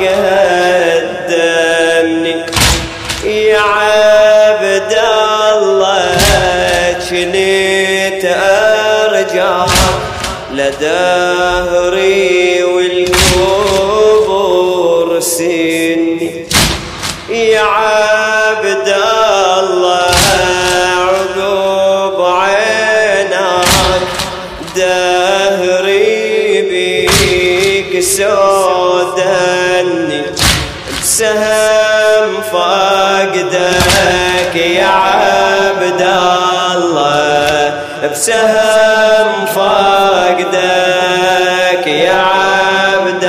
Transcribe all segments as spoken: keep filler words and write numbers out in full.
قدمني يا عبد الله جنيت أرجعك لدهري والقبور سني يا عبد الله عقب عينك دهري بيك سودني بسهم فقدك يا عبد الله بسهم فقدك يا عبد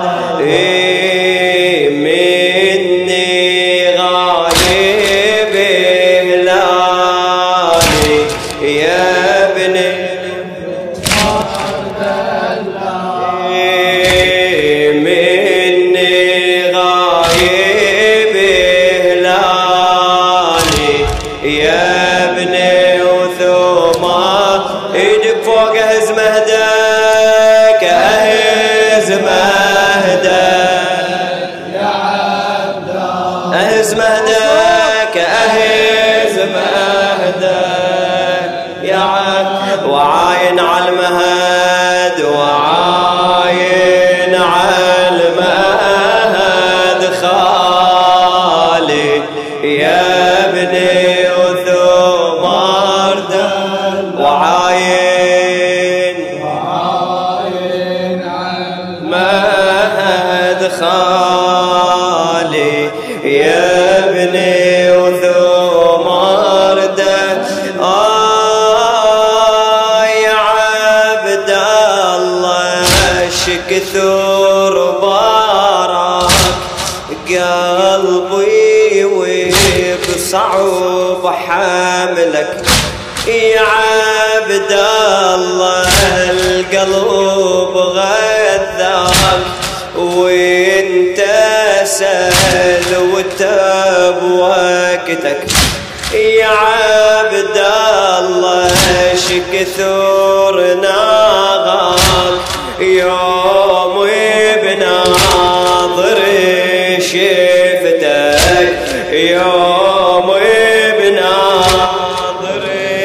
مني غايب هلالي يا ابني مني غايب هلالي يا ابني ايدك فوق اهز مهدك اهز مهدك يا عبد الله اهز مهدك اهز مهدك يا عبد وعاين على المهد وعاين على المهد خالي يا ابني وعاين وعاين مهد خالي يا ابني وثمر ده آه يا عبد الله شكثر بارك قلبي وبصعب حملك يا عبد الله القلب غذاك وانت سهل وتب وقتك يا عبد الله شكثر ناغاك يوم بناظر شفتك يوم بناظر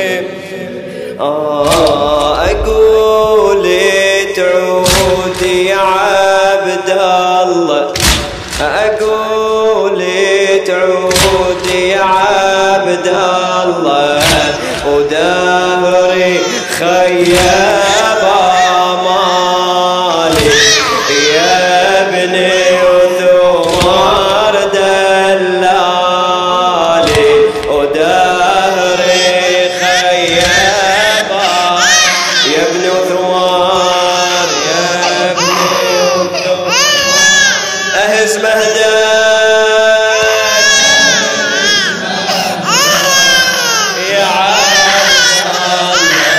آه أقول تعود يا عبد الله أقول تعود يا عبد الله ودهري خيب مالي يا ابني وثمر دلالي ودهري خيب يا ابن وثوار يا ابن وثوار أهز مهدك يا عبد الله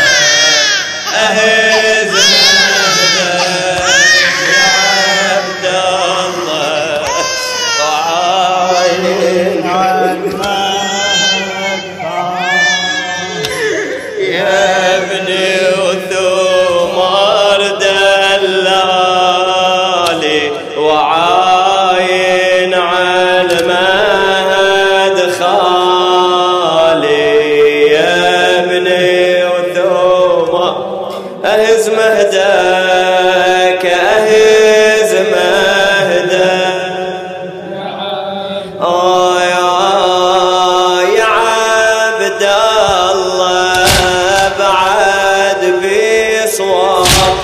أهز مهدك يا عبد الله وعاين يا ابني وثمر دلالي وعاين على المهد خالي يا ابني وثمر أهز مهدك أهز مهدك آه يا عبد الله بعد بصواب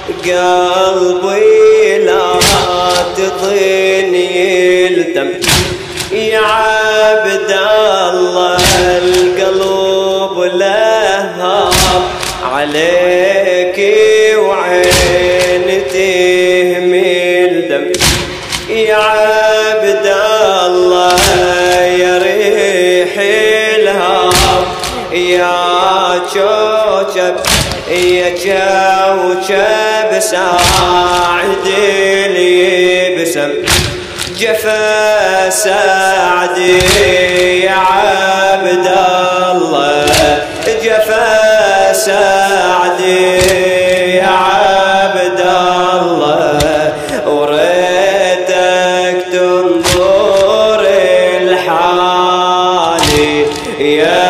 قلبي لا تضني الدم يا عبد الله القلب لهاب عليك وعين تهمل دم يا عبد الله يا ريح الهاب يا شوشب يا شوشب ساعد اللي يبسم جفا سعدي يا عبد الله جفا سعدي يا عبد الله وريتك يا